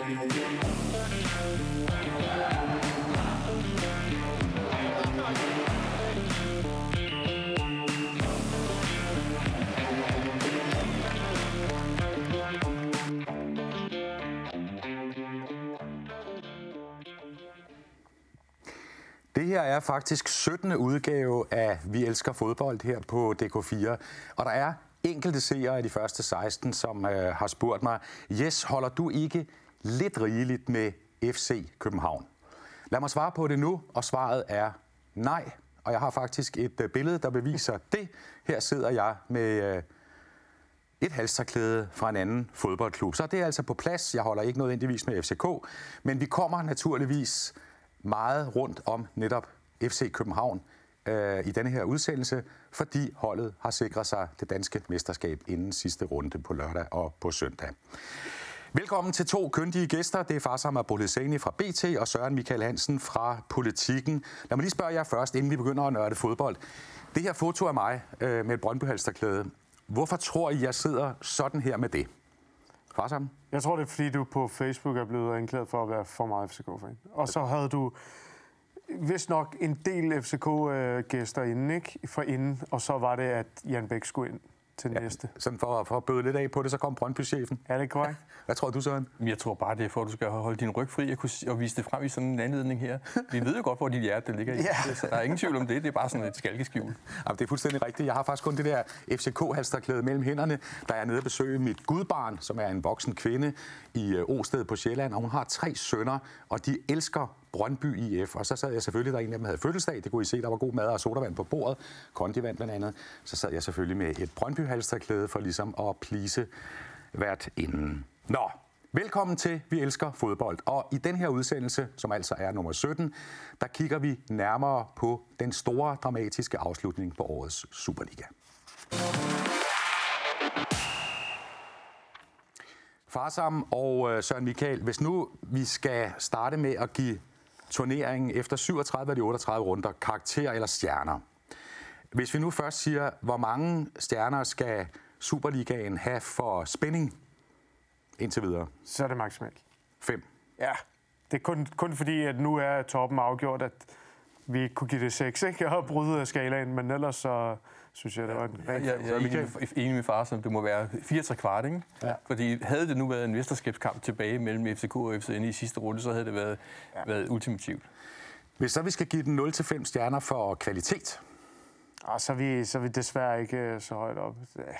Det her er faktisk 17. udgave af Vi elsker fodbold her på DK4, og der er enkelte seere af de første 16, som har spurgt mig, Jes, holder du ikke lidt rigeligt med FC København? Lad mig svare på det nu, og svaret er nej. Og jeg har faktisk et billede, der beviser det. Her sidder jeg med et halstørklæde fra en anden fodboldklub. Så det er altså på plads. Jeg holder ikke nødvendigvis med FCK, men vi kommer naturligvis meget rundt om netop FC København i denne her udsendelse, fordi holdet har sikret sig det danske mesterskab inden sidste runde på lørdag og på søndag. Velkommen til to kyndige gæster. Det er Farzam Abolhezani fra BT og Søren Michael Hansen fra Politiken. Lad mig lige spørge jer først, inden vi begynder at nørde fodbold. Det her foto af mig med et Brøndby-halstørklæde. Hvorfor tror I, jeg sidder sådan her med det? Farzam? Jeg tror, det er, fordi du på Facebook er blevet anklaget for at være for meget FCK-fan. Og så havde du vist nok en del FCK-gæster inden, ikke? Forinden, og så var det, at Jan Bæk skulle ind til næste. Sådan for at bøde lidt af på det, så kom Brøndby-chefen. Er det korrekt? Hvad tror du, Søren? Jeg tror bare, det er for, at du skal holde din ryg fri og vise det frem i sådan en anledning her. Vi ved jo godt, hvor dit hjerte ligger i. Ja. Så der er ingen tvivl om det. Det er bare sådan et skalkeskjul. Det er fuldstændig rigtigt. Jeg har faktisk kun det der FCK-halstørklæde mellem hænderne, der er nede at besøge mit gudbarn, som er en voksen kvinde i Osted på Sjælland. Og hun har 3 sønner, og de elsker Brøndby IF. Og så sad jeg selvfølgelig, der en af dem havde fødselsdag. Det kunne I se, der var god mad og sodavand på bordet. Kondivand blandt andet. Så sad jeg selvfølgelig med et Brøndby-halstørklæde for ligesom at please værtinden. Nå, velkommen til Vi elsker fodbold. Og i den her udsendelse, som altså er nummer 17, der kigger vi nærmere på den store dramatiske afslutning på årets Superliga. Farzam og Søren Michael, hvis nu vi skal starte med at give turneringen efter 37 af de 38 runder karakter eller stjerner. Hvis vi nu først siger, hvor mange stjerner skal Superligaen have for spænding indtil videre? Så er det maksimalt. 5. Ja, det er kun fordi, at nu er toppen afgjort, at vi ikke kunne give det 6, ikke? Jeg har brudt skalaen, men ellers så synes jeg, det var en rigtig... Jeg er enig med Farzam, det må være 4-3/4, ikke? Ja. Fordi havde det nu været en mesterskabskamp tilbage mellem FCK og FCN i sidste runde, så havde det været ultimativt. Hvis så vi skal give den 0-5 stjerner for kvalitet? Så er vi desværre ikke så højt op.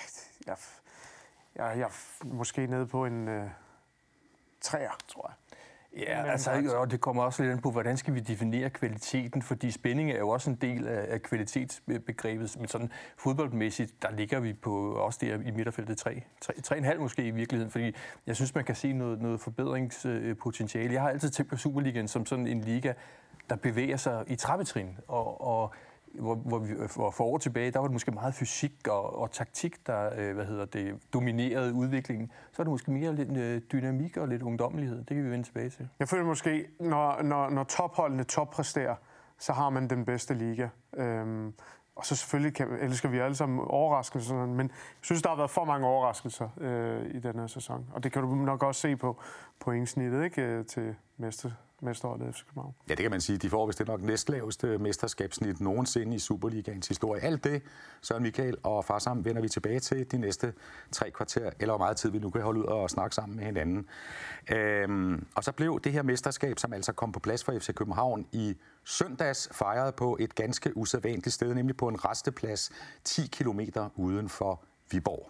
Jeg er måske nede på en 3'er, tror jeg. Ja, og det kommer også lidt an på, hvordan skal vi definere kvaliteten, fordi spænding er jo også en del af kvalitetsbegrebet, men sådan fodboldmæssigt, der ligger vi på også der i midterfeltet 3,5 måske i virkeligheden, fordi jeg synes, man kan se noget forbedringspotentiale. Jeg har altid tænkt på Superligaen som sådan en liga, der bevæger sig i trappetrin, og hvor for år tilbage, der var det måske meget fysik og taktik, der dominerede udviklingen. Så er det måske mere lidt dynamik og lidt ungdommelighed. Det kan vi vende tilbage til. Jeg føler måske, når topholdene toppræsterer, så har man den bedste liga. Og så selvfølgelig elsker vi alle sammen overraskelser, men jeg synes, der har været for mange overraskelser i den her sæson. Og det kan du nok også se på pointsnittet, ikke, til mesterholdet FC København. Ja, det kan man sige. De får vist det nok næstlaveste mesterskabssnit nogensinde i Superligaens historie. Alt det, Søren Michael og Farzam, vender vi tilbage til de næste 3 kvarter, eller hvor meget tid vi nu kan holde ud og snakke sammen med hinanden. Og så blev det her mesterskab, som altså kom på plads for FC København i søndags, fejret på et ganske usædvanligt sted, nemlig på en rasteplads 10 kilometer uden for Viborg.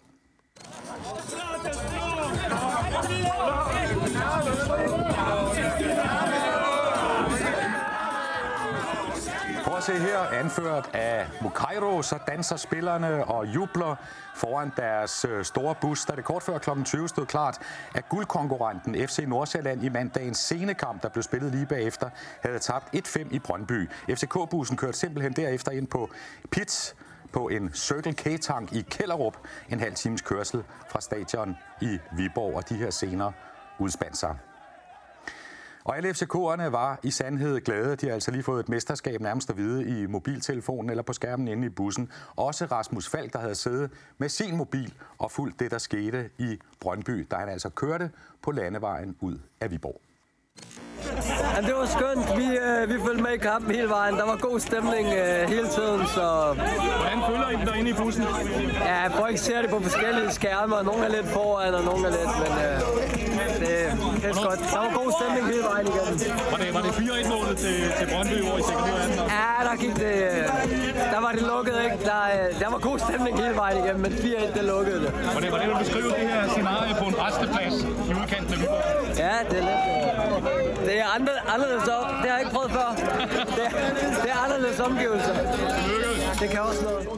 Prøv at se her, anført af Mukairo, så danser spillerne og jubler foran deres store bus, da det kort før kl. 20 stod klart, at guldkonkurrenten FC Nordsjælland i mandagens scenekamp, der blev spillet lige bagefter, havde tabt 1-5 i Brøndby. FCK-bussen kørte simpelthen derefter ind på pits på en Circle K-tank i Kellerup, en halv times kørsel fra stadion i Viborg, og de her scener udspandt sig. Og alle FCK'erne var i sandhed glade. De har altså lige fået et mesterskab nærmest at vide i mobiltelefonen eller på skærmen inde i bussen. Også Rasmus Falk, der havde siddet med sin mobil og fulgt det, der skete i Brøndby, da han altså kørte på landevejen ud af Viborg. Ja, det var skønt. Vi følte med i kampen hele vejen. Der var god stemning hele tiden, så... Hvordan føler I den derinde i bussen? Ja, folk ser det på forskellige skærme, og nogle er lidt foran, og nogle er lidt, men det er godt. Der var god stemning hele vejen igen. Var det 4-1-målet til Brøndby over i 6. Ja, der var det lukket, ikke? Der var god stemning hele vejen igen, men 4-1, det lukkede det. Hvordan vil du beskrive det her scenarie på en resteplads i udkanten af Viborg? Ja, det er lidt... Det er anderledes op. Det har jeg ikke prøvet før. Det er anderledes omgivelser. Det kan også noget.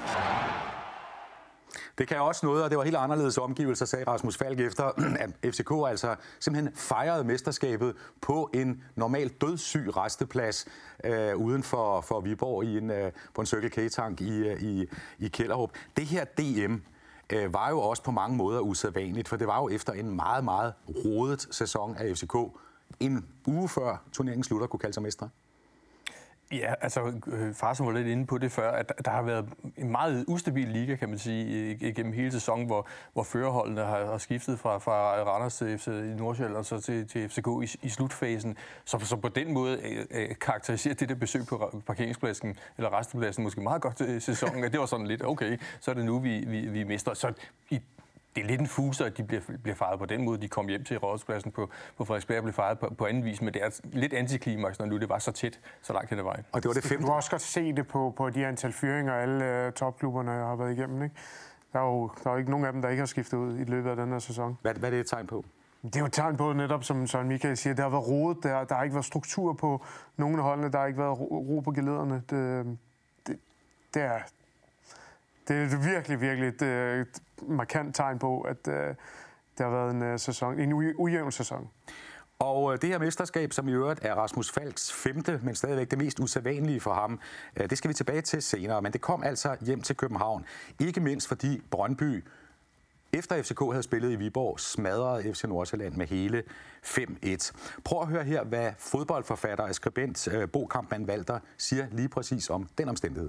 Det kan også noget, og det var helt anderledes omgivelser, sagde Rasmus Falk efter, at FCK altså simpelthen fejrede mesterskabet på en normalt dødssyg resteplads uden for Viborg på en Circle K-tank i Kjellerup. Det her DM var jo også på mange måder usædvanligt, for det var jo efter en meget, meget rodet sæson af FCK. En uge før turneringen slutter, kunne kalde sig mestre. Ja, altså Farsen var lidt inde på det før, at der har været en meget ustabil liga, kan man sige, igennem hele sæsonen, hvor førerholdene har skiftet fra Randers til FC Nordsjælland og så til FCK i slutfasen. Så på den måde karakteriserer det der besøg på parkeringspladsen, eller restepladsen, måske meget godt sæsonen, at det var sådan lidt, okay, så er det nu, vi mister. Så det er lidt en fuser, at de bliver fejret på den måde. De kom hjem til Rådhuspladsen på Frederiksberg og blev fejret på anden vis, men det er lidt antiklimaks, når nu det var så tæt, så langt hen ad vejen. Og det var det femte. Du har også godt se det på de antal fyringer, alle topklubberne har været igennem, ikke? Der er jo ikke nogen af dem, der ikke har skiftet ud i løbet af den her sæson. Hvad er det et tegn på? Det er jo et tegn på netop, som Søren Michael siger, det har været rodet, der har ikke været struktur på nogle af holdene, der har ikke været ro på gelederne. Det er virkelig, virkelig et markant tegn på, at det har været en ujævn sæson. Og det her mesterskab, som i øvrigt er Rasmus Falks femte, men stadigvæk det mest usædvanlige for ham, det skal vi tilbage til senere. Men det kom altså hjem til København. Ikke mindst fordi Brøndby, efter FCK havde spillet i Viborg, smadrede FC Nordsjælland med hele 5-1. Prøv at høre her, hvad fodboldforfatter og skribent Bo Kampmann Walter siger lige præcis om den omstændighed.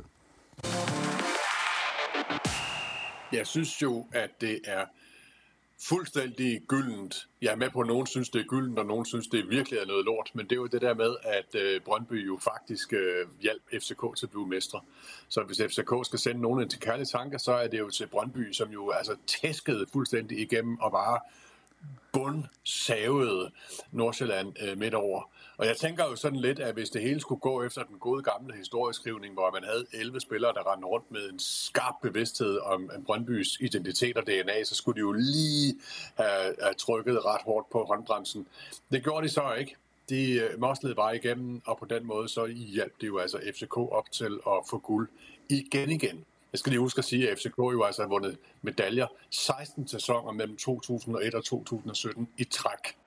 Jeg synes jo, at det er fuldstændig gyldent. Jeg er med på, at nogen synes, det er gyldent, og nogen synes, det virkelig er noget lort. Men det er jo det der med, at Brøndby jo faktisk hjalp FCK til at blive mestre. Så hvis FCK skal sende nogen til kærlige tanker, så er det jo til Brøndby, som jo altså tæskede fuldstændig igennem og bare bundsavede Nordsjælland midt over. Og jeg tænker jo sådan lidt, at hvis det hele skulle gå efter den gode gamle historieskrivning, hvor man havde 11 spillere, der rendte rundt med en skarp bevidsthed om Brøndbys identitet og DNA, så skulle de jo lige have trykket ret hårdt på håndbremsen. Det gjorde de så ikke. De moslede bare igennem, og på den måde så hjalp det jo altså FCK op til at få guld igen. Jeg skal lige huske at sige, at FCK jo altså har vundet medaljer 16 sæsoner mellem 2001 og 2017 i træk.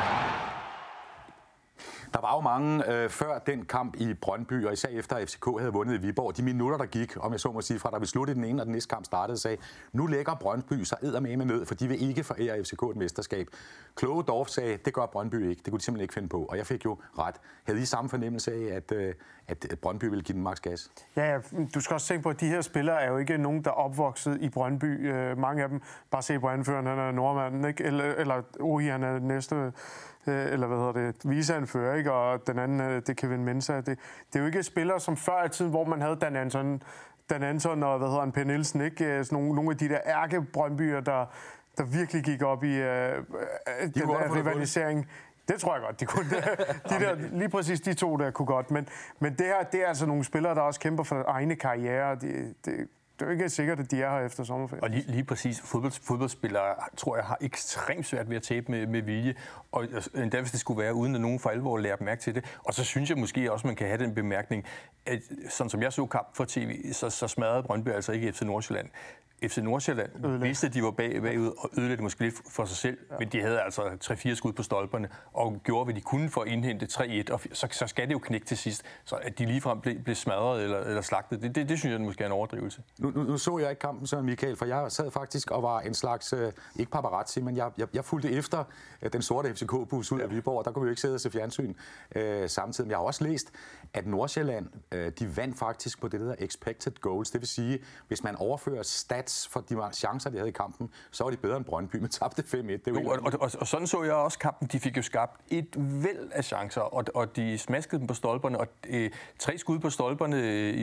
Der var jo mange før den kamp i Brøndby, og især efter at FCK havde vundet i Viborg. De minutter, der gik, om jeg så må sige, fra da vi sluttede den ene og den næste kamp startede, sagde, nu lægger Brøndby sig eddermame ned, for de vil ikke forære FCK et mesterskab. Kloge Dorf sagde, det gør Brøndby ikke. Det kunne de simpelthen ikke finde på. Og jeg fik jo ret. Havde I samme fornemmelse af, at Brøndby ville give den maks gas? Ja, du skal også tænke på, at de her spillere er jo ikke nogen, der er opvokset i Brøndby. Mange af dem, bare se på anføreren, han er nordmanden, ikke? Eller han er næste... eller viceanfører, ikke? Og den anden, det er Kevin Mensah. Det er jo ikke spillere som før i tiden, hvor man havde Dan Anton og Per Nielsen, ikke? Sådan nogle af de der ærke-Brøndbyer, der virkelig gik op i den der rivalisering. Det tror jeg godt, de kunne. Lige præcis de to der kunne godt. Men det her, det er altså nogle spillere, der også kæmper for egne karriere. Det er jo ikke sikkert, at de er her efter sommerferien. Og lige præcis fodboldspillere, tror jeg, har ekstremt svært ved at tabe med vilje. Og endda hvis det skulle være, uden at nogen for alvor lærer mærke til det. Og så synes jeg måske også, man kan have den bemærkning, at sådan som jeg så kamp for tv, så smadrede Brøndby altså ikke FC Nordsjælland. FC Nordsjælland vidste, at de var bagud og ødelagde det måske lidt for sig selv, men de havde altså 3-4 skud på stolperne og gjorde, hvad de kunne for at indhente 3-1, og så skal det jo knække til sidst. Så at de ligefrem blev smadret eller slagtet, det synes jeg måske er en overdrivelse. Nu så jeg ikke kampen, så Michael, for jeg sad faktisk og var en slags, ikke paparazzi, men jeg fulgte efter den sorte FCK-bus ud af Viborg, og der kunne vi jo ikke sidde og se fjernsyn samtidig. Men jeg har også læst, at Nordsjælland, de vandt faktisk på det, der hedder expected goals. Det vil sige, hvis man overfører stats for de chancer, de havde i kampen, så var de bedre end Brøndby, men tabte 5-1. Og sådan så jeg også kampen. De fik jo skabt et væld af chancer, og de smaskede dem på stolperne, og 3 skud på stolperne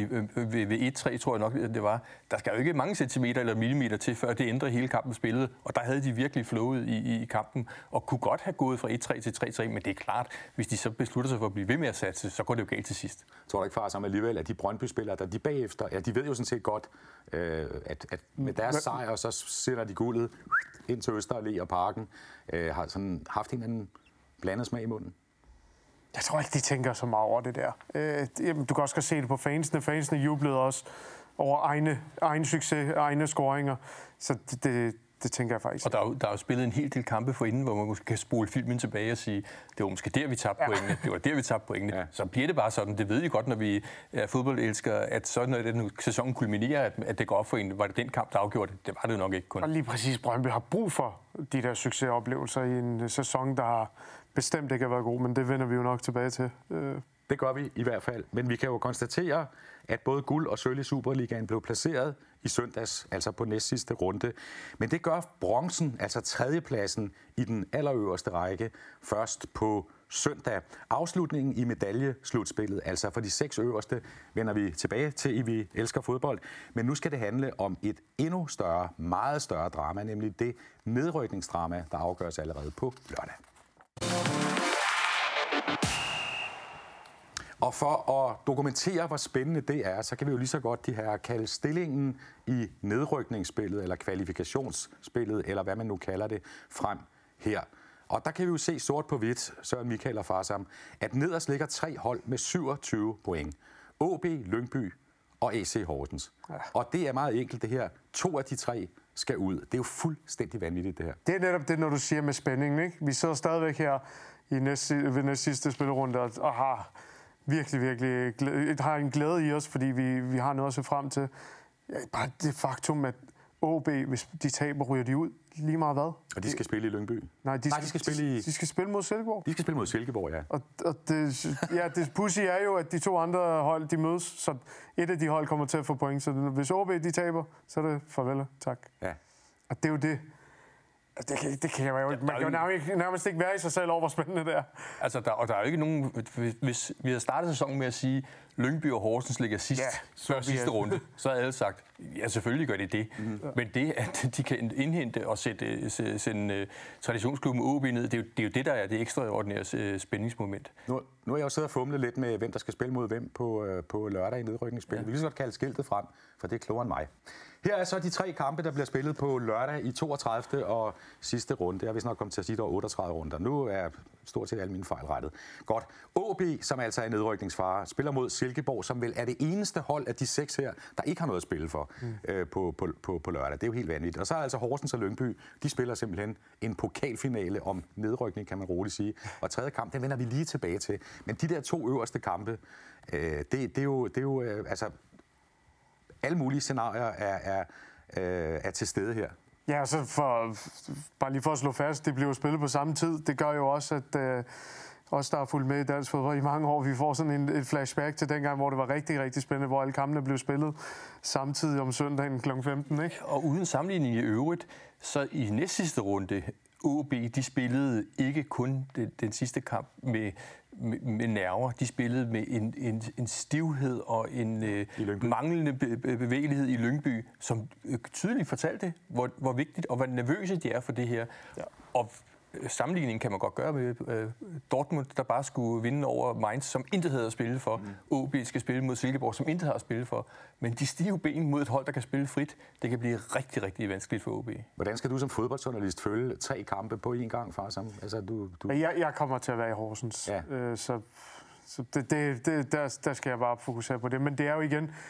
ved 1-3, tror jeg nok, det var. Der skal jo ikke mange centimeter eller millimeter til, før det ændrer hele kampens billede, og der havde de virkelig flowet i kampen, og kunne godt have gået fra 1-3 til 3-3, men det er klart, hvis de så beslutter sig for at blive ved med at satse, så går det jo galt til sidst. Jeg tror ikke, far, som alligevel, at de Brøndby-spillere, der de bagefter, ja, de ved jo sådan set godt, at med deres sejr, så sender de guldet ind til Øster Allé og Parken, har sådan haft en anden blandet smag i munden. Jeg tror ikke, de tænker så meget over det der. Du kan også se det på fansene. Fansene jublede også over egen succes, egne scoringer. Så det tænker jeg faktisk. Og der er jo spillet en hel del kampe forinden, hvor man måske kan spole filmen tilbage og sige, det var måske der, vi tabte pointene. Det var der, vi tabte pointene. Ja. Så bliver det bare sådan. Det ved vi godt, når vi er fodboldelskere, at så når den sæson kulminerer, at det går op for en. Var det den kamp, der afgjorde det? Det var det jo nok ikke kun. Og lige præcis Brøndby har brug for de der succesoplevelser i en sæson, der har bestemt ikke har været god, men det vender vi jo nok tilbage til. Det gør vi i hvert fald. Men vi kan jo konstatere, at både guld og sølv i Superligaen blev placeret i søndags, altså på næstsidste runde. Men det gør bronzen, altså tredjepladsen i den allerøverste række, først på søndag. Afslutningen i medaljeslutspillet, altså for de 6 øverste, vender vi tilbage til i Vi Elsker Fodbold. Men nu skal det handle om et endnu større, meget større drama, nemlig det nedrykningsdrama, der afgøres allerede på lørdag. Og for at dokumentere, hvor spændende det er, så kan vi jo lige så godt de her kalde stillingen i nedrykningsspillet, eller kvalifikationsspillet, eller hvad man nu kalder det, frem her. Og der kan vi jo se sort på hvidt, Søren Michael og Farsam, at nederst ligger 3 hold med 27 point. AaB, Lyngby og AC Horsens. Ja. Og det er meget enkelt det her. 2 af de 3 skal ud. Det er jo fuldstændig vanvittigt det her. Det er netop det, når du siger med spændingen, ikke? Vi sidder stadigvæk her ved næst sidste spillerunde og har virkelig har en glæde i os, fordi vi har noget at se frem til. Ja, bare det faktum, at AaB, hvis de taber, ryger de ud lige meget hvad. Og de skal spille i Lyngby? Nej, de skal spille mod Silkeborg. De skal spille mod Silkeborg, ja. Og det pussy er jo, at de 2 andre hold, de mødes, så et af de hold kommer til at få point. Så hvis AaB, de taber, så er det farvel, tak. Ja. Og det er jo det. Det kan jo ikke. Man kan jo nærmest ikke være i sig selv over, hvor spændende det er. Altså, der er jo ikke nogen... Hvis vi havde startet sæsonen med at sige, Lyngby og Horsens ligger sidst, sidste runde, så havde alle sagt, ja, selvfølgelig gør de det. Men det, at de kan indhente og sende traditionsklubben AaB ned, det er jo det, der er det ekstraordinære spændingsmoment. Nu har jeg jo siddet og fumlet lidt med, hvem der skal spille mod hvem på lørdag i nedrykningsspil. Ja. Vi kan så godt kalde skiltet frem, for det er klogere end mig. Her er så de 3 kampe, der bliver spillet på lørdag i 32. og sidste runde. Jeg vil nok komme til at sige, at der er 38 runder. Nu er stort set alle mine fejl rettet. Godt. AaB, som altså er nedrykningsfare, spiller mod Silkeborg, som vel er det eneste hold af de 6 her, der ikke har noget at spille for på lørdag. Det er jo helt vanvittigt. Og så er altså Horsens og Lyngby, de spiller simpelthen en pokalfinale om nedrykning, kan man roligt sige. Og 3. kamp, den vender vi lige tilbage til. Men de der 2 øverste kampe, det er jo altså... Alle mulige scenarier er til stede her. Ja, og så bare lige for at slå fast, det bliver spillet på samme tid. Det gør jo også, at os, der har fulgt med i dansk fodbold i mange år, vi får sådan et flashback til dengang, hvor det var rigtig, rigtig spændende, hvor alle kampene blev spillet samtidig om søndagen kl. 15. Ikke? Og uden sammenligning i øvrigt, så i næstsidste runde, AaB, de spillede ikke kun den sidste kamp med nerver. De spillede med en stivhed og en manglende bevægelighed i Lyngby, som tydeligt fortalte, hvor vigtigt og hvor nervøse de er for det her. Ja. Og sammenligningen kan man godt gøre med Dortmund, der bare skulle vinde over Mainz, som intet havde at spille for. AaB skal spille mod Silkeborg, som intet har at spille for. Men de stive ben mod et hold, der kan spille frit, det kan blive rigtig, rigtig vanskeligt for AaB. Hvordan skal du som fodboldjournalist følge 3 kampe på én gang, far? Altså, Jeg kommer til at være i Horsens, ja. Så der skal jeg bare fokusere på det. Men det er jo igen,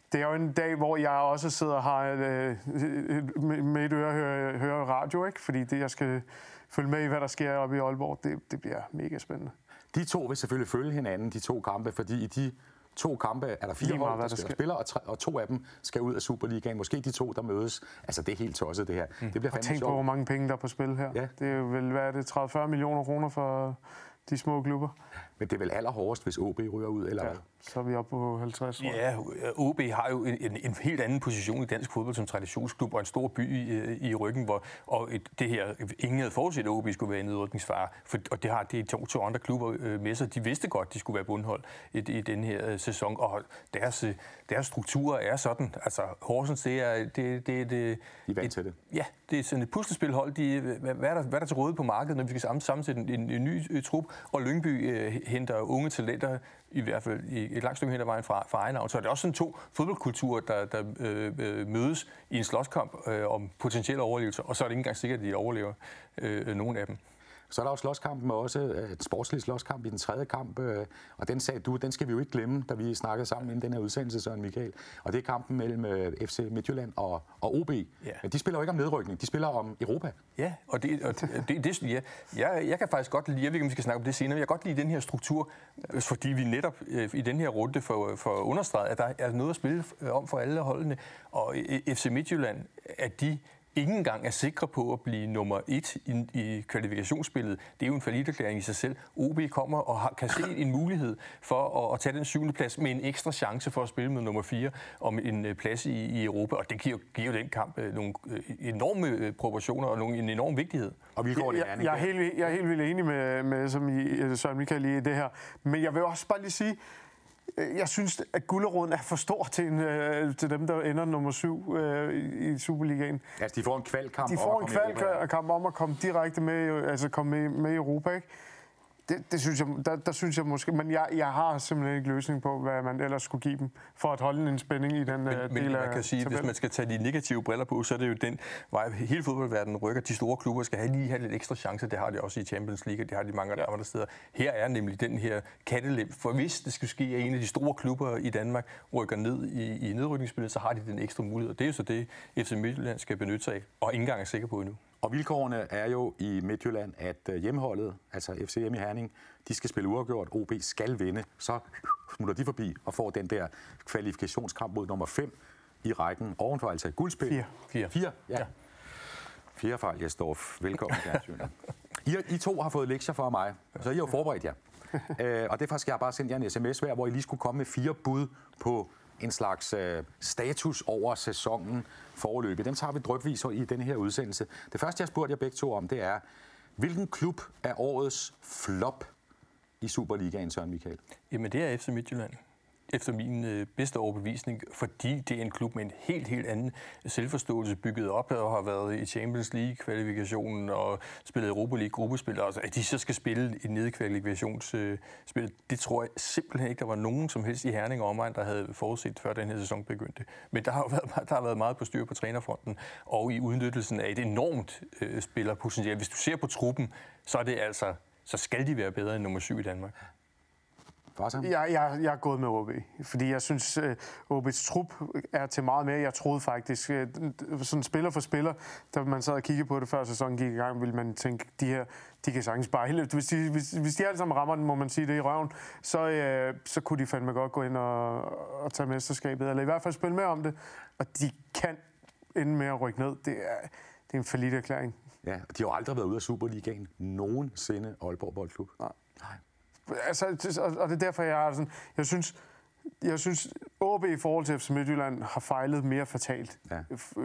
det er jo en dag, hvor jeg også sidder og har med et øre hører radio, ikke? Fordi jeg skal følge med i, hvad der sker oppe i Aalborg. Det bliver mega spændende. De to vil selvfølgelig følge hinanden, de to kampe, fordi i de 2 kampe er der 4 hold, der skal spille, og 2 af dem skal ud af Superligaen. Måske de 2, der mødes. Altså, det er helt tosset, det her. Det bliver fandme tænk på, hvor mange penge der er på spil her. Ja. Det er vel, hvad er det, 30-40 millioner kroner for de små klubber. Men det er vel allerhårdest, hvis OB ryger ud, eller hvad? Så er vi oppe på 50. Ja, OB har jo en helt anden position i dansk fodbold som traditionsklub, og en stor by i ryggen, det her, ingen havde forudset, at OB skulle være i nedrykningsfare, og det har de to andre klubber med sig. De vidste godt, de skulle være bundhold i den her sæson, og deres strukturer er sådan. Altså, Horsens, det er I vant til det. Ja, det er sådan et puslespilhold. Hvad er der til råde på markedet, når vi skal sammensætte en ny trup, og Lyngby henter unge talenter, i hvert fald i et langt stykke hen ad vejen fra egen navn. Så er det også sådan 2 fodboldkulturer, der mødes i en slåskamp om potentielle overlevelser, og så er det ikke engang sikkert, at de overlever nogen af dem. Så er der jo slåskampen, også et sportslig slåskamp i den 3. kamp, og den sagde du, den skal vi jo ikke glemme, da vi snakkede sammen inden den her udsendelse, Søren Michael. Og det er kampen mellem FC Midtjylland og OB. Ja. Men de spiller jo ikke om nedrykning, de spiller om Europa. Ja, jeg kan faktisk godt lide, jeg ved ikke, om vi skal snakke om det senere, men jeg kan godt lide den her struktur, fordi vi netop i den her runde for understreget, at der er noget at spille om for alle holdene. Og FC Midtjylland, at de ikke engang er sikre på at blive nummer 1 i kvalifikationsspillet. Det er jo en falliterklæring i sig selv. OB kommer og kan se en mulighed for at tage den 7. plads med en ekstra chance for at spille med nummer 4 om en plads i Europa. Og det giver jo den kamp nogle enorme proportioner og en enorm vigtighed. Og jeg er helt vildt enig med som i Søren Michael i det her. Men jeg vil også bare lige sige, jeg synes, at guleroden er for stor til dem, der ender nummer 7 i Superligaen. Altså, de får en kvalkamp. De får en kvalkamp om at komme direkte med, altså komme med i Europa, ikke? Det synes jeg, der synes jeg måske, men jeg har simpelthen ikke løsning på, hvad man ellers skulle give dem, for at holde en spænding i den del af Men man kan sige, hvis man skal tage de negative briller på, så er det jo den vej, hele fodboldverdenen rykker. De store klubber skal lige have lidt ekstra chance, det har de også i Champions League, det har de mange andre steder. Her er nemlig den her kattelem, for hvis det skulle ske, at en af de store klubber i Danmark rykker ned i nedrykningsspillet, så har de den ekstra mulighed. Det er jo så det, FC Midtjylland skal benytte sig af, og ikke engang er sikker på endnu. Og vilkårene er jo i Midtjylland, at hjemmeholdet, altså FCM i Herning, de skal spille uafgjort. OB skal vinde. Så smutter de forbi og får den der kvalifikationskamp mod nummer 5 i rækken. Ovenfor altså et guldspil. 4. Ja. 4 fejl, Jesdorf. Velkommen, fjernsynet. I 2 har fået lektier fra mig, så I har jo forberedt jer. Og derfor skal jeg bare sende jer en sms hver, hvor I lige skulle komme med 4 bud på en slags status over sæsonen foreløbig. Dem tager vi drypvis i denne her udsendelse. Det første, jeg spurgte jer begge to om, det er, hvilken klub er årets flop i Superligaen, Søren Michael? Jamen, det er FC Midtjylland. Efter min bedste overbevisning, fordi det er en klub med en helt anden selvforståelse bygget op og har været i Champions League-kvalifikationen og spillet Europa League-gruppespil. Altså, at de så skal spille i nedkvalifikationsspil, det tror jeg simpelthen ikke, der var nogen som helst i Herning og omegn, der havde forudset, før den her sæson begyndte. Men der har været meget på styr på trænerfronten og i udnyttelsen af et enormt spillerpotentiale. Hvis du ser på truppen, så er det altså, så skal de være bedre end nummer 7 i Danmark. Jeg er gået med OB, fordi jeg synes, OB's trup er til meget mere. Jeg troede faktisk, sådan spiller for spiller, da man sad og kiggede på det før sæsonen gik i gang, ville man tænke, de kan sagtens spejle. Hvis de alle sammen rammer den, må man sige det i røven, så kunne de fandme godt gå ind og tage mesterskabet, eller i hvert fald spille med om det. Og de kan ende med at rykke ned. Det er en falliterklæring. Ja, de har jo aldrig været ude af Superligaen nogensinde, Aalborg Boldklub. Nej. Altså, og det er derfor, jeg synes, OB i forhold til FC Midtjylland har fejlet mere fatalt. Ja.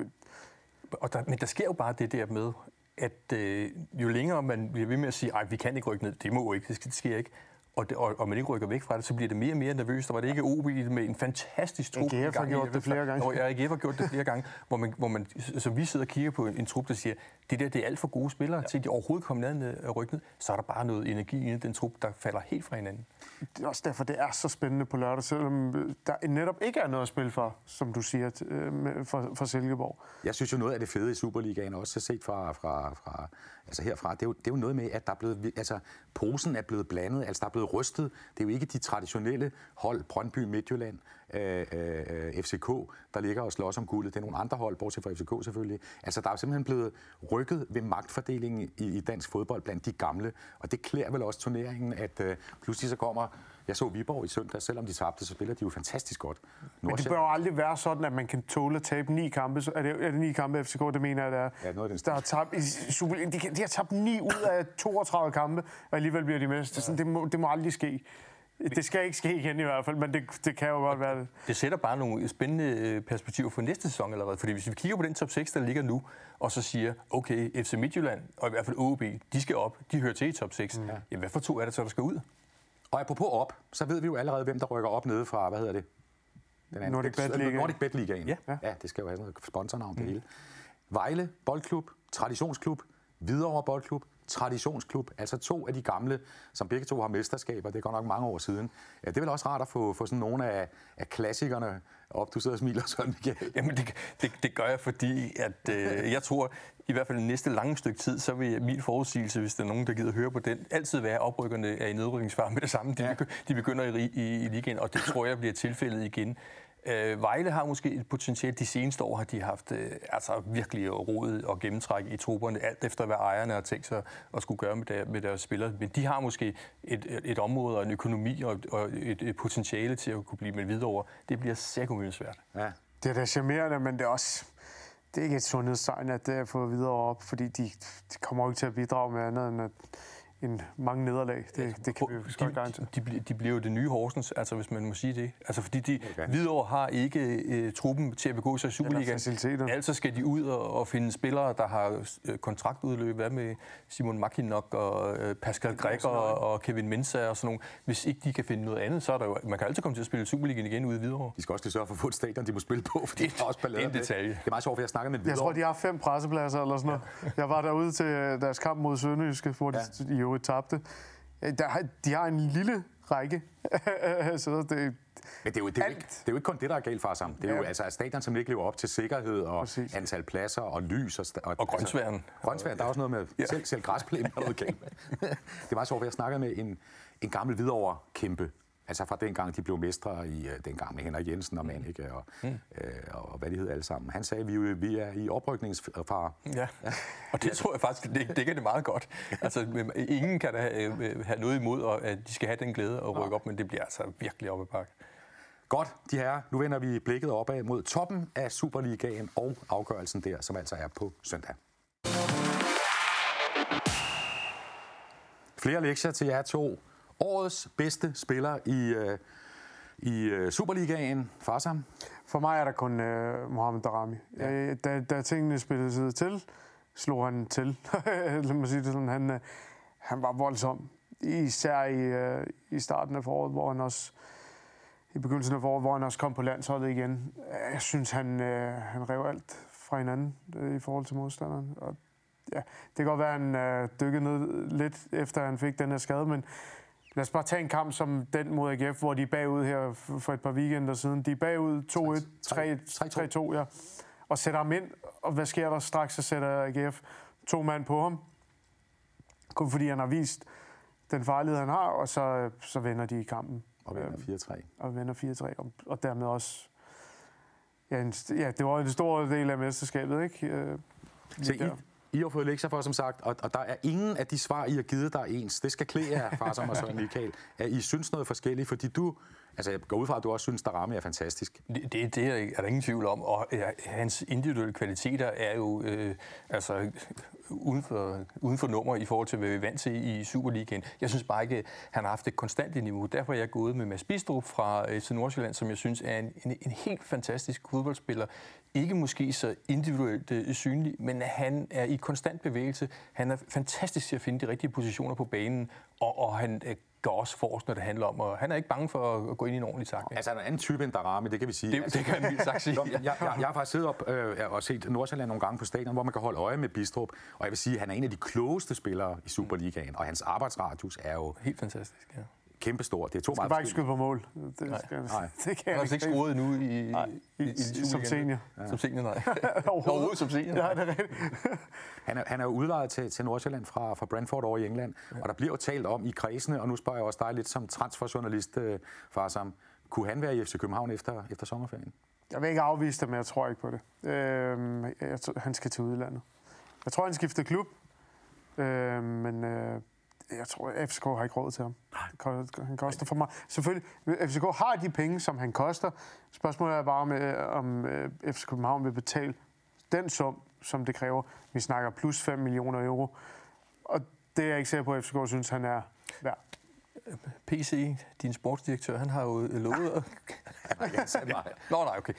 Men der sker jo bare det der med, at jo længere man bliver ved med at sige, at vi kan ikke rykke ned, det må ikke, det sker ikke, og man ikke rykker væk fra det, så bliver det mere og mere nervøst. Der var det ikke OB med en fantastisk trup. AGF har gjort det flere gange. Ja, AGF har gjort det flere gange, hvor man, så vi sidder og kigger på en trup, der siger, det er alt for gode spillere til, at de overhovedet kommer ned og rykke ned. Så er der bare noget energi i den trup, der falder helt fra hinanden. Det er også derfor, det er så spændende på lørdag, selvom der netop ikke er noget at spille for, som du siger, for Silkeborg. Jeg synes jo noget af det fede i Superligaen, også set fra altså herfra, det er jo noget med, at der er blevet, altså posen er blevet blandet, altså der er blevet rystet. Det er jo ikke de traditionelle hold, Brøndby, Midtjylland, FCK, der ligger og slås om guldet. Det er nogle andre hold, bortset fra FCK selvfølgelig. Altså, der er simpelthen blevet rykket ved magtfordelingen i dansk fodbold blandt de gamle, og det klæder vel også turneringen, at pludselig så kommer... Jeg så Viborg i søndag, selvom de tabte, så spiller de jo fantastisk godt. Men det bør jo aldrig være sådan, at man kan tåle at tabe 9 kampe. Er det 9 kampe FCK, det mener jeg, det er? Ja, noget af den der har tabt i Superligaen. De har tabt 9 ud af 32 kampe, og alligevel bliver de mest. Det må aldrig ske. Det skal ikke ske igen i hvert fald, men det kan jo godt være det. Det sætter bare nogle spændende perspektiver for næste sæson allerede. Fordi hvis vi kigger på den top 6, der ligger nu, og så siger, okay, FC Midtjylland, og i hvert fald OB, de skal op, de hører til i top 6. Jamen, hvad for 2 er det så, der skal ud? Og apropos op, så ved vi jo allerede, hvem der rykker op nede fra, hvad hedder det? Nordic Bet Ligaen. Ja, det skal jo have sådan noget sponsornavn det hele. Vejle Boldklub, Traditionsklub, Hvidovre Boldklub, Traditionsklub, altså 2 af de gamle, som begge 2 har mesterskaber. Det går nok mange år siden. Ja, det er vel også rart at få sådan nogle af klassikerne op. Du sidder og smiler sådan, Michael. Jamen, det gør jeg, fordi at, jeg tror, i hvert fald det næste lange stykke tid, så vil min forudsigelse, hvis der er nogen, der gider høre på den, altid være, at oprykkerne er i nedrykningsfare med det samme. De begynder i ligaen, og det tror jeg bliver tilfældet igen. Vejle har måske et potentiale. De seneste år har de haft virkelig rodet og gennemtræk i trupperne, alt efter hvad ejerne har tænkt sig at skulle gøre med deres spillere. Men de har måske et område og en økonomi og et potentiale til at kunne blive med videre over. Det bliver sikkert svært. Ja. Det er da charmerende, men det er også... Det er ikke et sundhedstegn, at det er fået videre op, fordi de kommer jo ikke til at bidrage med andet end mange nederlag. Det kan vi jo godt garantere. De bliver jo det nye Horsens, altså hvis man må sige det. Altså fordi Hvidovre har ikke truppen til at begå sig i Superligaen. Altså skal de ud og finde spillere, der har kontraktudløb. Hvad med Simon Mackinock og Pascal Gregor og Kevin Mensah og sådan nogle. Hvis ikke de kan finde noget andet, så er der jo... Man kan altid komme til at spille Superligaen igen ude i Hvidovre. De skal også sørge for at få et stadion, de må spille på, for det er også ballade. Det er en detalje. Det er meget sjovt, for jeg snakker med Hvidovre. Jeg tror, de har 5 pressepladser eller sådan noget. Jeg var derude til deres kamp mod Sønderjyske, hvor de jo tabte. De har en lille række. Så det, men det er jo ikke kun det, der er galt for sammen. Det er jo altså stadion, som ikke lever op til sikkerhed og antal pladser og lys. Og grønsværen. Grønsværen, der er også noget med selv græsplænen og noget galt. Det er meget sjovt, for jeg snakkede med en gammel Hvidovre-kæmpe. Altså fra dengang, de blev mestre i dengang med Henrik Jensen og Manike og hvad de hed alle sammen. Han sagde, at vi er i oprykningsfare. Ja, og det tror jeg faktisk, det kan det meget godt. Altså, ingen kan da have noget imod, at de skal have den glæde at rykke op, men det bliver altså virkelig op ad bakke. Godt, de herrer. Nu vender vi blikket opad mod toppen af Superligaen og afgørelsen der, som altså er på søndag. Flere lektier til jer 2. Årets bedste spiller i Superligaen, Farsam? For mig er der kun Mohamed Daramy. Ja. Da tingene spillede sig til, slog han til. Lad mig sige det sådan. Han var voldsom. Især i starten af foråret, hvor han også... I begyndelsen af foråret, hvor han også kom på landsholdet igen. Jeg synes, han rev alt fra hinanden i forhold til modstanderen. Og, ja, det kan godt være, at han dykkede ned lidt, efter han fik den her skade, men lad os bare tage en kamp som den mod AGF, hvor de er bagud her for et par weekender siden. De er bagud 2-1, 3-2, ja. Og sætter ham ind, og hvad sker der straks? Så sætter AGF 2 mand på ham. Kun fordi han har vist den farlighed, han har, og så vinder de i kampen. Og vinder 4-3. Og dermed også... Ja, det var en stor del af mesterskabet, ikke? I har fået lektier for, som sagt, og der er ingen af de svar, I har givet, der er ens. Det skal klæde jer, Farsam og Søren Michael, at I synes noget forskelligt, fordi du... Altså, jeg går ud fra, at du også synes, at Daramy er fantastisk. Det er der ingen tvivl om, og hans individuelle kvaliteter er jo uden for nummer i forhold til, hvad vi er vant til i Superligaen. Jeg synes bare ikke, at han har haft et konstant niveau. Derfor er jeg gået med Mads Bistrup fra FC Nordsjælland, som jeg synes er en helt fantastisk fodboldspiller. Ikke måske så individuelt synlig, men han er i konstant bevægelse. Han er fantastisk til at finde de rigtige positioner på banen, og han går også forrest, når det handler om, og han er ikke bange for at gå ind i en ordentlig takling. Altså, han er en anden type end Daramy, det kan vi sige. Det kan man sagt sige. Jeg har faktisk siddet op og set Nordsjælland nogle gange på stadion, hvor man kan holde øje med Bistrup, og jeg vil sige, at han er en af de klogeste spillere i Superligaen, og hans arbejdsradius er jo helt fantastisk, ja. kæmpestort. Det er to meget meget forskellige. Bare ikke skyde på mål. Det kan jeg ikke scoret endnu som senior. Ja. Som senior, nej. Overhovedet som senior. Ja, det er rigtigt. Han er jo udlejet til Nordsjælland fra Brentford over i England, og der bliver jo talt om i kredsene, og nu spørger jeg også dig lidt som transferjournalist, Farzam. Kunne han være i FC København efter sommerferien? Jeg vil ikke afvise det, men jeg tror ikke på det. Han skal til udlandet. Jeg tror, han skifter klub, men jeg tror, at FCK har ikke råd til ham. Han koster for meget. Selvfølgelig, FCK har de penge, som han koster. Spørgsmålet er bare, om FC København vil betale den sum, som det kræver. Vi snakker plus 5 millioner euro. Og det er jeg ikke sikker på, at FCK synes, han er værd. PC, din sportsdirektør, han har jo lovet... nej, okay.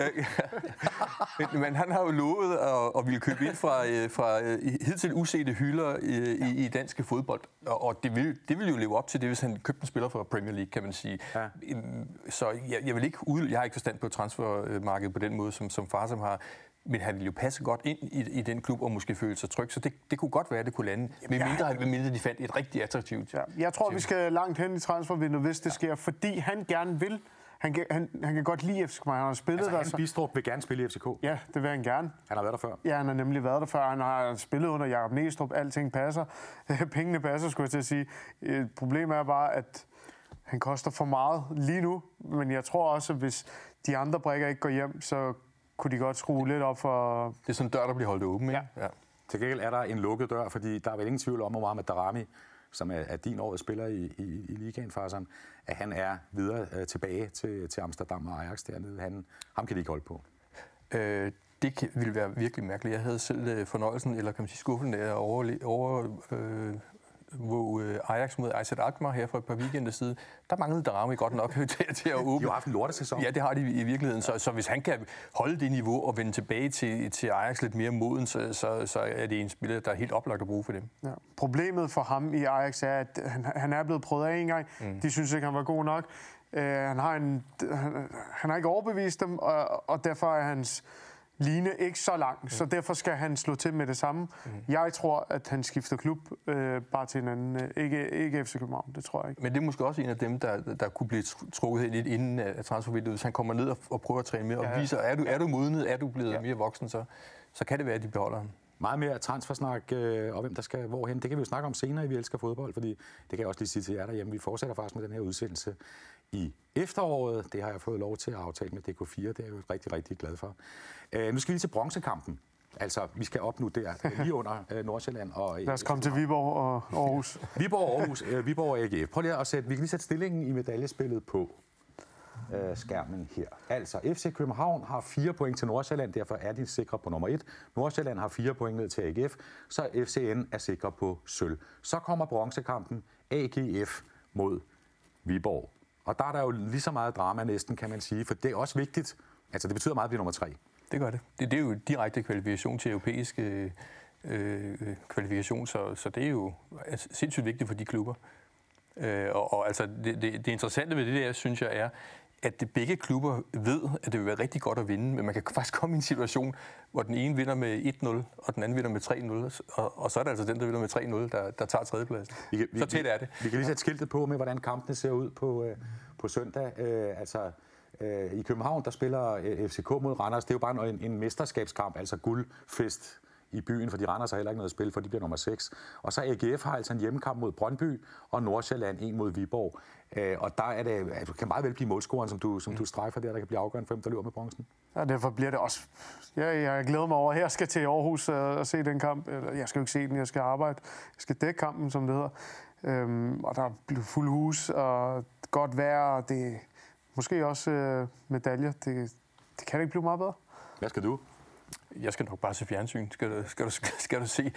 Men han har jo lovet at ville købe ind fra hidtil usete hylder i danske fodbold. Og det vil jo leve op til det, hvis han købte en spiller fra Premier League, kan man sige. Ja. Så jeg vil ikke jeg har ikke forstand på transfermarkedet på den måde, som Farzam har. Men han ville jo passe godt ind i den klub og måske føle sig tryg, så det kunne godt være, at det kunne lande. Medmindre de fandt et rigtig attraktivt. Ja. Jeg tror, vi skal langt hen i transfervinduet, hvis det sker, fordi han gerne vil. Han kan godt lide FCK. Han har spillet der. Altså, Bistrup vil gerne spille i FCK? Ja, det vil han gerne. Han har været der før? Ja, han har nemlig været der før. Han har spillet under Jakob Næstrup. Alting passer. Pengene passer, skulle jeg til at sige. Problemet er bare, at han koster for meget lige nu. Men jeg tror også, at hvis de andre brikker ikke går hjem, så kunne de godt skrue lidt op for... Det er sådan en dør, der bliver holdt åben, ikke? Ja. Til gengæld er der en lukket dør, fordi der er vel ingen tvivl om, at Mohamed Daramy, som er din årets spiller i ligaen, Farzam, at han er videre tilbage til Amsterdam og Ajax dernede. Ham kan de ikke holde på. Det ville være virkelig mærkeligt. Jeg havde selv fornøjelsen, eller kan man sige skuffelsen af hvor Ajax mod AZ Alkmaar her for et par weekender siden, der manglede Daramy godt nok til at åbne. De har haft en lortesæson. Ja, det har de i virkeligheden. Så hvis han kan holde det niveau og vende tilbage til Ajax lidt mere moden, så er det en spiller, der er helt oplagt at bruge for dem. Ja. Problemet for ham i Ajax er, at han er blevet prøvet af en gang. De synes ikke, han var god nok. Han har ikke overbevist dem, og derfor er hans line ikke så lang, så derfor skal han slå til med det samme. Jeg tror, at han skifter klub bare til en anden. Ikke FC København, det tror jeg ikke. Men det er måske også en af dem, der kunne blive trukket lidt inden af transfervinduet. Hvis han kommer ned og prøver at træne mere og viser, er du modnet, er du blevet mere voksen, så kan det være, at de beholder ham. Meget mere transfersnak og hvem der skal hvorhen. Det kan vi jo snakke om senere i Vi Elsker Fodbold, fordi det kan jeg også lige sige til jer derhjemme. Vi fortsætter faktisk med den her udsendelse i efteråret. Det har jeg fået lov til at aftale med DK4. Det er jeg jo rigtig, rigtig glad for. Nu skal vi lige til bronzekampen. Altså, vi skal op nu der, lige under Nordsjælland. Lad os komme til Viborg og Aarhus. Viborg og AGF. Prøv lige at sætte, vi kan lige sætte stillingen i medaljespillet på skærmen her. Altså, FC København har 4 point til Nordsjælland, derfor er de sikre på nummer 1. Nordsjælland har 4 point ned til AGF, så FCN er sikre på sølv. Så kommer bronzekampen AGF mod Viborg. Og der er der jo lige så meget drama næsten, kan man sige, for det er også vigtigt. Altså, det betyder meget at blive nummer 3. Det gør det. Det er jo direkte kvalifikation til europæisk kvalifikation, så det er jo sindssygt vigtigt for de klubber. Og altså, det interessante ved det der, synes jeg, er, at begge klubber ved, at det vil være rigtig godt at vinde, men man kan faktisk komme i en situation, hvor den ene vinder med 1-0, og den anden vinder med 3-0, og så er det altså den, der vinder med 3-0, der tager tredjepladsen. Så tæt er det. Vi kan lige sætte skiltet på med, hvordan kampene ser ud på søndag. I København, der spiller FCK mod Randers. Det er jo bare en mesterskabskamp, altså guldfest i byen, for de Randers har heller ikke noget at spille, for de bliver nummer 6. Og så AGF har altså en hjemmekamp mod Brøndby, og Nordsjælland en mod Viborg. Og der er det, kan meget vel blive målscoren, som du strejfer der kan blive afgørende for dem, der løber med bronzen. Ja, derfor bliver det også... Jeg glæder mig over, at jeg skal til Aarhus og se den kamp. Jeg skal jo ikke se den, jeg skal arbejde. Jeg skal dække kampen, som det hedder. Og der bliver fuld hus, og godt vejr, og det måske også medaljer. Det kan ikke blive meget bedre. Hvad skal du? Jeg skal nok bare se fjernsyn, skal du se.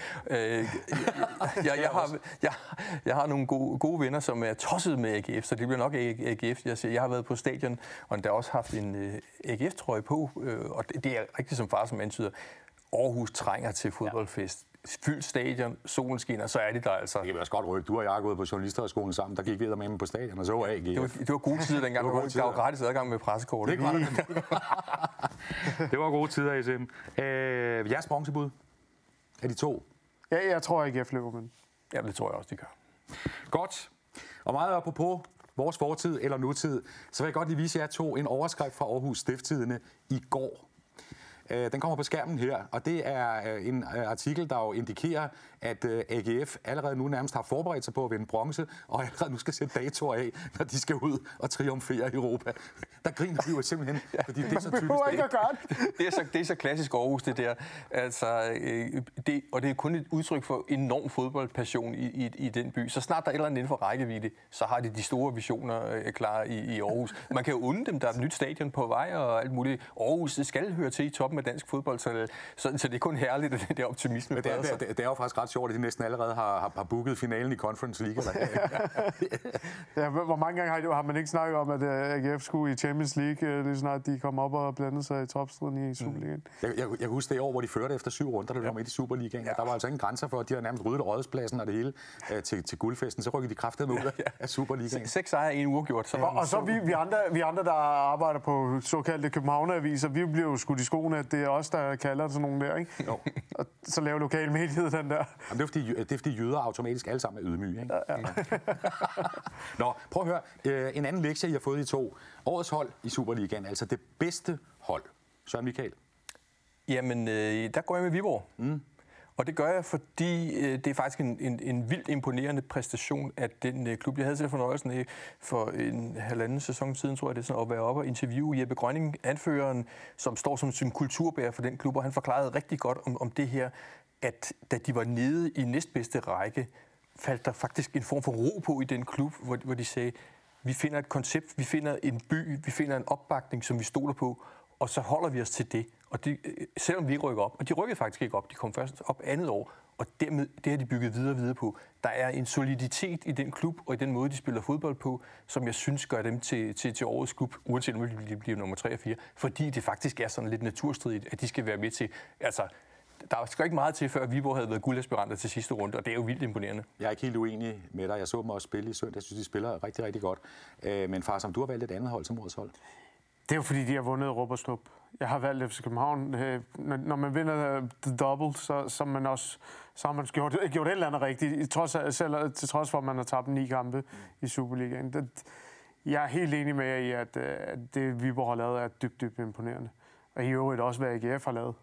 Jeg har nogle gode venner, som er tosset med AGF, så det bliver nok AGF. Jeg har været på stadion, og endda også haft en AGF-trøje på, og det er rigtigt som far, som antyder. Aarhus trænger til fodboldfest. Fyldt stadion, solen skinner, så er de der altså. Det kan også godt rykke. Du og jeg er gået på journalisterskolen sammen, der gik vi med på stadion, og så AGF. Det var gode tider dengang. Der var gratis adgang med pressekort. Det var gode tider, SM. Jeres bronzebud er de 2? Ja, jeg tror ikke, jeg flyver med den. Ja, det tror jeg også, de gør. Godt. Og meget apropos vores fortid eller nutid, så vil jeg godt lige vise jer to en overskrift fra Aarhus Stiftstidende i går. Den kommer på skærmen her, og det er en artikel, der jo indikerer, at AGF allerede nu nærmest har forberedt sig på at vinde bronze, og allerede nu skal sætte datoer af, når de skal ud og triumfere i Europa. Der griner vi jo simpelthen, fordi det er så typisk det. Det er så klassisk Aarhus, det der. Altså, og det er kun et udtryk for enorm fodboldpassion i den by. Så snart der er et eller andet inden for rækkevidde, så har de store visioner klar i Aarhus. Man kan jo unde dem, der er et nyt stadion på vej og alt muligt. Aarhus skal høre til i toppen af dansk fodbold, så det er kun herligt, at det er optimisme. Men det er jo faktisk ret sjovt, at de næsten allerede har booket finalen i Conference League. Ja, hvor mange gange har man ikke snakket om, at AGF skulle i Champions League, lige snart de kom op og blandede sig i topstriden i Superligaen? Jeg husker det år, hvor de førte efter 7 runder, da de var med i Superligaen. Ja. Der var altså ingen grænser for, at de havde nærmest ryddet rådspladsen og det hele til guldfesten. Så rykkede de kraftedeme ud af Superligaen. 6 sejre, 1 uafgjort. Og så vi andre, der arbejder på såkaldte Københavner-aviser, vi bliver jo skudt i skoene, at det er os, der kalder sådan nogen der, ikke? Jo. Og så laver lokalmediet den der. Jamen, det er fordi jøder automatisk alle sammen er ydmyge, ikke? Ja. Nå, prøv at høre. En anden lektie, I har fået i to. Årets hold i Superligaen, altså det bedste hold. Søren Michael? Jamen, der går jeg med Viborg. Og det gør jeg, fordi det er faktisk en vildt imponerende præstation af den klub. Jeg havde selv fornøjelsen af for en halvanden sæson siden, tror jeg, det er sådan at være oppe og interviewe Jeppe Grønning, anføreren, som står som sin kulturbærer for den klub, og han forklarede rigtig godt om det her, at da de var nede i næstbedste række, faldt der faktisk en form for ro på i den klub, hvor de sagde, vi finder et koncept, vi finder en by, vi finder en opbakning, som vi stoler på, og så holder vi os til det. Og selvom vi ikke rykker op, og de rykkede faktisk ikke op, de kom først op andet år, og dermed, det har de bygget videre på. Der er en soliditet i den klub, og i den måde, de spiller fodbold på, som jeg synes gør dem til årets klub, uanset om de bliver nummer 3 og 4, fordi det faktisk er sådan lidt naturstridigt, at de skal være med til. Altså, der skal ikke meget til, før Viborg havde været guldaspiranter til sidste runde, og det er jo vildt imponerende. Jeg er ikke helt uenig med dig. Jeg så dem også spille i søndag. Jeg synes, de spiller rigtig, rigtig godt. Men far, som du har valgt et andet hold som årets hold. Det er jo fordi, de har vundet råb og stop. Jeg har valgt FC København. Når man vinder the double, så har man gjort et eller andet rigtigt, til trods for, at man har tabt 9 kampe i Superligaen. Jeg er helt enig med jer i, at det Viborg har lavet er dybt imponerende. Og i øvrigt også, hvad AGF har lavet.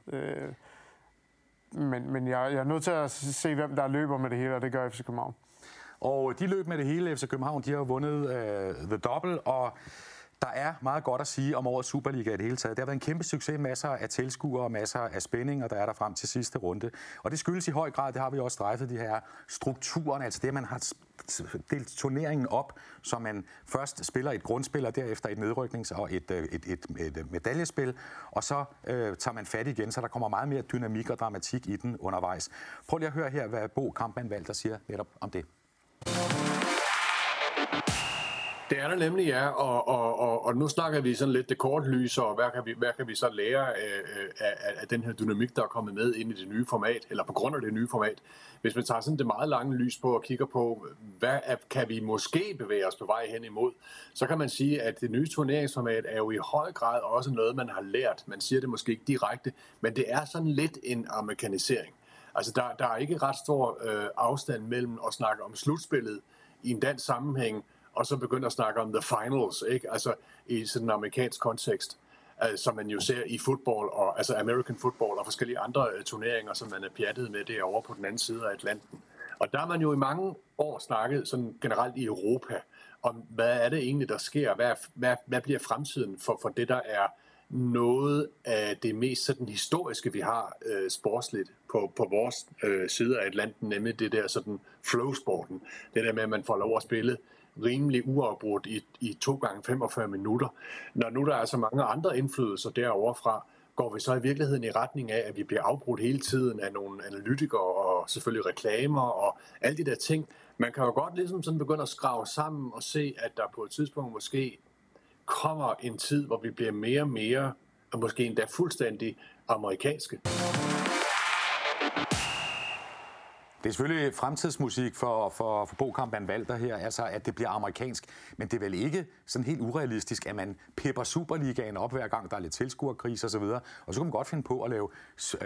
Men jeg er nødt til at se, hvem der løber med det hele, og det gør FC København. Og de løb med det hele. FC København, de har vundet the double, og der er meget godt at sige om årets Superliga i det hele taget. Det har været en kæmpe succes, masser af tilskuere, masser af spænding, og der er der frem til sidste runde. Og det skyldes i høj grad, det har vi også strejfet, de her strukturen, altså det, man har delt turneringen op, så man først spiller et grundspil, og derefter et nedryknings- og et medaljespil, og så tager man fat igen, så der kommer meget mere dynamik og dramatik i den undervejs. Prøv lige at høre her, hvad Bo Kampmann-Walter siger netop om det. Det er der nemlig, ja, og nu snakker vi sådan lidt det korte lys, og hvad kan vi så lære af den her dynamik, der er kommet med ind i det nye format, eller på grund af det nye format. Hvis man tager sådan det meget lange lys på og kigger på, kan vi måske bevæge os på vej hen imod, så kan man sige, at det nye turneringsformat er jo i høj grad også noget, man har lært. Man siger det måske ikke direkte, men det er sådan lidt en amerikanisering. Altså der er ikke ret stor afstand mellem at snakke om slutspillet i en dansk sammenhæng, og så begynder at snakke om the finals, ikke? Altså i sådan en amerikansk kontekst, som man jo ser i fodbold, og altså American football og forskellige andre turneringer, som man er pjattet med derovre på den anden side af Atlanten. Og der har man jo i mange år snakket sådan generelt i Europa om, hvad er det egentlig, der sker? Hvad bliver fremtiden for det, der er noget af det mest sådan historiske, vi har sportsligt på vores side af Atlanten, nemlig det der sådan flow-sporten. Det der med, at man får lov at spille rimelig uafbrudt i 2 gange 45 minutter. Når nu der er så mange andre indflydelser derovre fra, går vi så i virkeligheden i retning af, at vi bliver afbrudt hele tiden af nogle analytikere og selvfølgelig reklamer og alle de der ting. Man kan jo godt ligesom sådan begynde at skrave sammen og se, at der på et tidspunkt måske kommer en tid, hvor vi bliver mere og mere, og måske endda fuldstændig amerikanske. Det er selvfølgelig fremtidsmusik for Bo Kampmann Walter her, altså at det bliver amerikansk, men det er vel ikke sådan helt urealistisk, at man pepper Superligaen op hver gang, der er lidt tilskuerkrise og så videre, og så kan man godt finde på at lave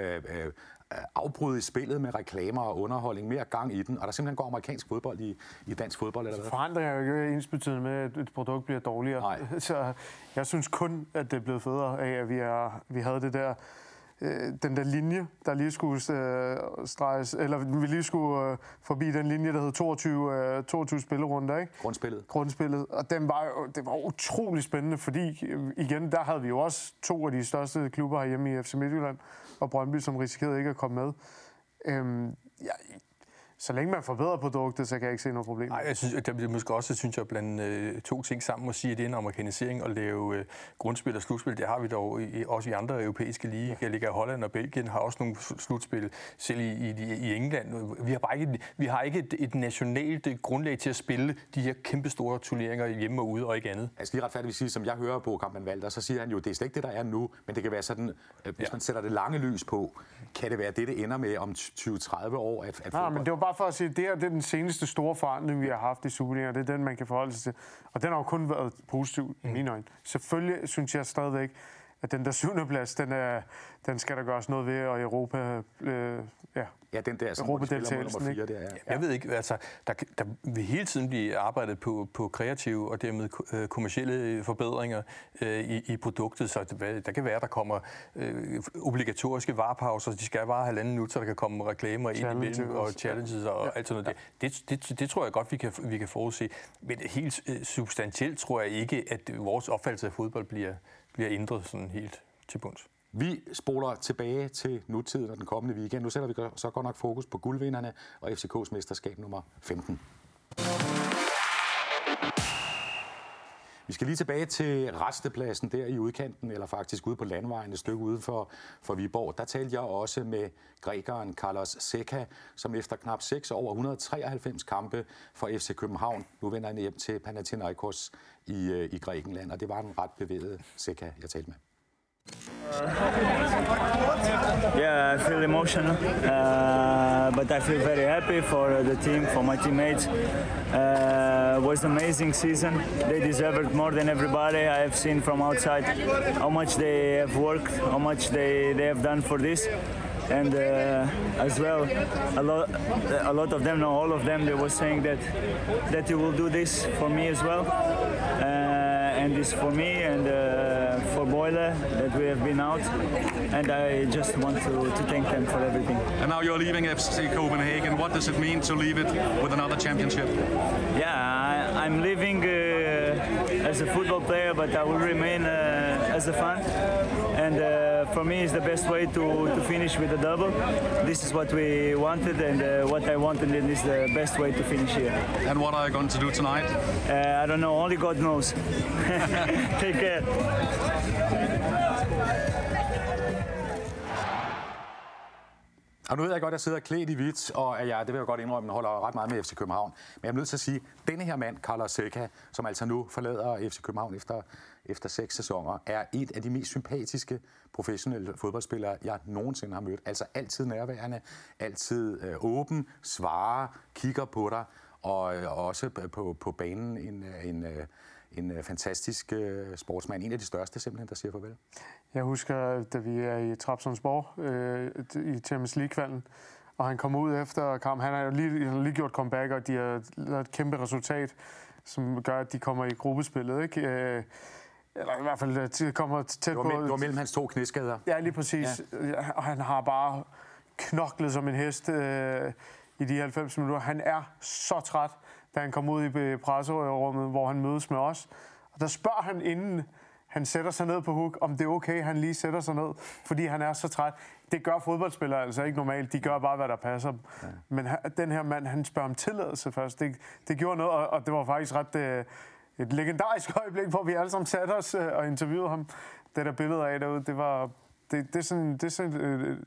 afbryde i spillet med reklamer og underholdning, mere gang i den, og der simpelthen går amerikansk fodbold i dansk fodbold, eller hvad? Forandring er jo ikke ensbetydende med, at et produkt bliver dårligere. Nej. Så jeg synes kun, at det er blevet federe af, at vi havde det der, den der linje, der lige skulle streges, eller vi lige skulle forbi den linje, der hed 22 spillerunder, ikke? Grundspillet. Og det var utrolig spændende, fordi igen, der havde vi jo også 2 af de største klubber herhjemme i FC Midtjylland og Brøndby, som risikerede ikke at komme med. Så længe man forbedrer produktet, så kan jeg ikke se noget problem. Nej, jeg synes, at det måske også, synes jeg, at blande 2 ting sammen og sige, at det er en amerikanisering og lave grundspil og slutspil. Det har vi dog også i andre europæiske ligaer. Ligger Holland og Belgien har også nogle slutspil, selv i England. Vi har ikke et nationalt grundlag til at spille de her kæmpe store turneringer hjemme og ude og ikke andet. Jeg skal lige retfærdigt sige, som jeg hører på Kampmann Walter, så siger han jo, det er slet ikke det, der er nu, men det kan være sådan, hvis man sætter det lange lys på, kan det være det ender med om 20-30 år, at men det var bare for at sige, at det er den seneste store forandring, vi har haft i Superligaen, og det er den, man kan forholde sig til. Og den har jo kun været positiv i mine øjne. Selvfølgelig synes jeg stadigvæk, at den der 7. plads, den skal der gøres noget ved, og Europa... Ja, den der, som spiller nummer 4, der, ja. Jeg ved ikke, altså, der vil hele tiden blive arbejdet på kreative og dermed kommercielle forbedringer i produktet, så der kan være, der kommer obligatoriske varepauser, de skal vare 1,5 minut, så der kan komme reklamer ind imellem, og challenges og alt sådan noget. Det tror jeg godt, vi kan forudse. Men helt substantielt tror jeg ikke, at vores opfattelse af fodbold bliver ændret sådan helt til bunds. Vi spoler tilbage til nutiden og den kommende weekend. Nu sætter vi så godt nok fokus på guldvinderne og FCK's mesterskab nummer 15. Vi skal lige tilbage til rastepladsen der i udkanten, eller faktisk ude på landvejen, et stykke uden for Viborg. Der talte jeg også med grækeren Carlos Zeca, som efter knap 6 år og 193 kampe for FC København, nu vender han hjem til Panathinaikos i Grækenland, og det var en ret bevæget Zeca, jeg talte med. Yeah, I feel emotional, but I feel very happy for the team, for my teammates. It was an amazing season. They deserved more than everybody. I have seen from outside how much they have worked, how much they have done for this. And as well, a lot of them, no, all of them, they were saying that you will do this for me as well. And this for me and for Boiler, that we have been out, and I just want to thank them for everything. And now you're leaving FC Copenhagen. What does it mean to leave it with another championship? Yeah, I'm leaving as a football player, but I will remain as a fan. And for me, it's the best way to finish with a double. This is what we wanted, and what I wanted, and is the best way to finish here. And what are you going to do tonight? I don't know. Only God knows. Take care. Og nu ved jeg godt, at jeg sidder klædt i hvidt, og at det vil jeg godt indrømme, holder ret meget med FC København. Men jeg er nødt til at sige, at denne her mand, Carlos Zeca, som altså nu forlader FC København efter 6 sæsoner, er et af de mest sympatiske professionelle fodboldspillere, jeg nogensinde har mødt. Altså altid nærværende, altid åben, svarer, kigger på dig, og også på banen en fantastisk sportsmand. En af de største simpelthen, der siger farvel. Jeg husker, da vi er i Trabzonsborg i Champions League-kvalden, og han kommer ud efter kampen. Han har lige gjort comeback, og de har lavet et kæmpe resultat, som gør, at de kommer i gruppespillet, ikke? Eller i hvert fald kommer tæt på... Det var mellem hans 2 knæskader. Ja, lige præcis. Ja. Og han har bare knoklet som en hest i de 90 minutter. Han er så træt, da han kommer ud i presserummet, hvor han mødes med os. Og der spørger han, inden han sætter sig ned på huk, om det er okay, han lige sætter sig ned, fordi han er så træt. Det gør fodboldspillere altså ikke normalt. De gør bare, hvad der passer. Ja. Men den her mand, han spørger om tilladelse først. Det gjorde noget, og det var faktisk ret et legendarisk øjeblik, hvor vi alle sammen satte os og interviewede ham. Det der billede af derude, det er sådan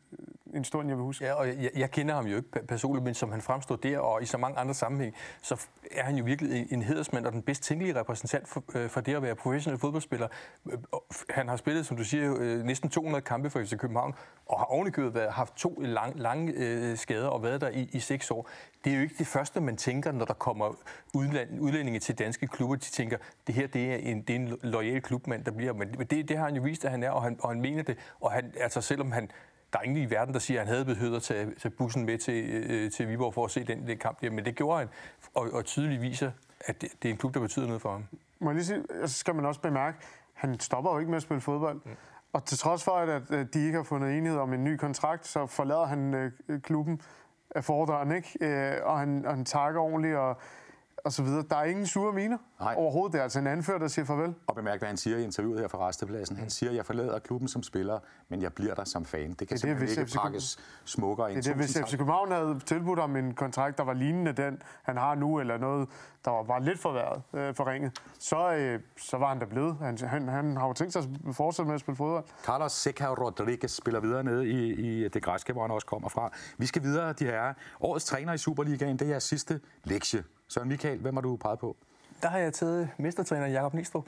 en stund, jeg vil huske. Ja, og jeg kender ham jo ikke personligt, men som han fremstår der, og i så mange andre sammenhæng, så er han jo virkelig en hædersmand og den bedst tænkelige repræsentant for det at være professionel fodboldspiller. Han har spillet, som du siger, næsten 200 kampe for FC København, og har ovenikøbet haft 2 lange skader og været der i 6 år. Det er jo ikke det første, man tænker, når der kommer udlændinge til danske klubber. De tænker, det her det er en loyal klubmand, der bliver. Men det har han jo vist, at han er, og han mener det. Og han, altså selvom der er ingen i verden, der siger, at han havde behøvet at tage bussen med til Viborg for at se den kamp der. Men det gjorde han, og tydeligt viser, at det er en klub, der betyder noget for ham. Må jeg lige sige, så skal man også bemærke, han stopper jo ikke med at spille fodbold. Og til trods for, at de ikke har fundet enighed om en ny kontrakt, så forlader han klubben af fordøren, ikke? Og han takker ordentligt og så videre. Der er ingen sure miner overhovedet. Det er altså en anfører, der siger farvel. Og bemærk, hvad han siger i interviewet her fra Rastepladsen. Han siger, at jeg forlader klubben som spiller, men jeg bliver der som fan. Det kan simpelthen ikke pakkes smukkere ind. Det er det, hvis FC København havde tilbudt ham en kontrakt, der var lignende den, han har nu, eller noget, der var bare lidt forringet, så var han der blevet. Han har jo tænkt sig at fortsætte med at spille fodbold. Carlos Seca Rodriguez spiller videre nede i det græske, hvor han også kommer fra. Vi skal videre, de her. Årets træner i Superligaen, det er jeres sidste lektie. Søren Michael, hvem har du peget på? Der har jeg taget mestertræner Jakob Nistrup.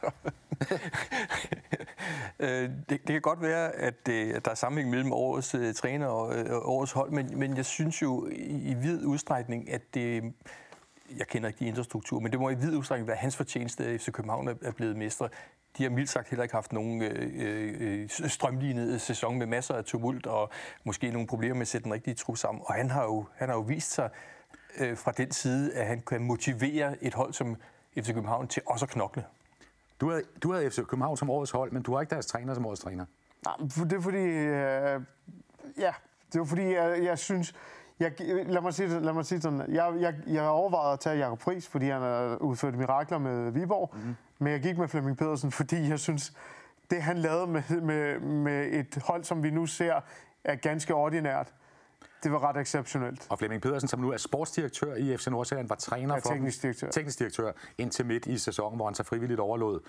Det kan godt være, at der er sammenhæng mellem årets træner og årets hold, men jeg synes jo i vid udstrækning, at det... Jeg kender ikke de indre strukturer, men det må i vid udstrækning være hans fortjeneste, at FC København er blevet mestre. De har mildt sagt heller ikke haft nogen strømlignede sæson med masser af tumult og måske nogle problemer med at sætte den rigtige trup sammen. Og han har jo vist sig fra den side, at han kan motivere et hold som FC København til også at knokle. Du havde FC København som årets hold, men du har ikke deres træner som årets træner. Nej, det er fordi... det var fordi, jeg synes... Lad mig sige sådan. Jeg har overvejet at tage Jakob Friis, fordi han har udført mirakler med Viborg. Men jeg gik med Flemming Pedersen, fordi jeg synes, det han lavede med et hold, som vi nu ser, er ganske ordinært. Det var ret exceptionelt. Og Flemming Pedersen, som nu er sportsdirektør i FC Nordsjælland, var træner for teknisk direktør indtil midt i sæsonen, hvor han så frivilligt overlod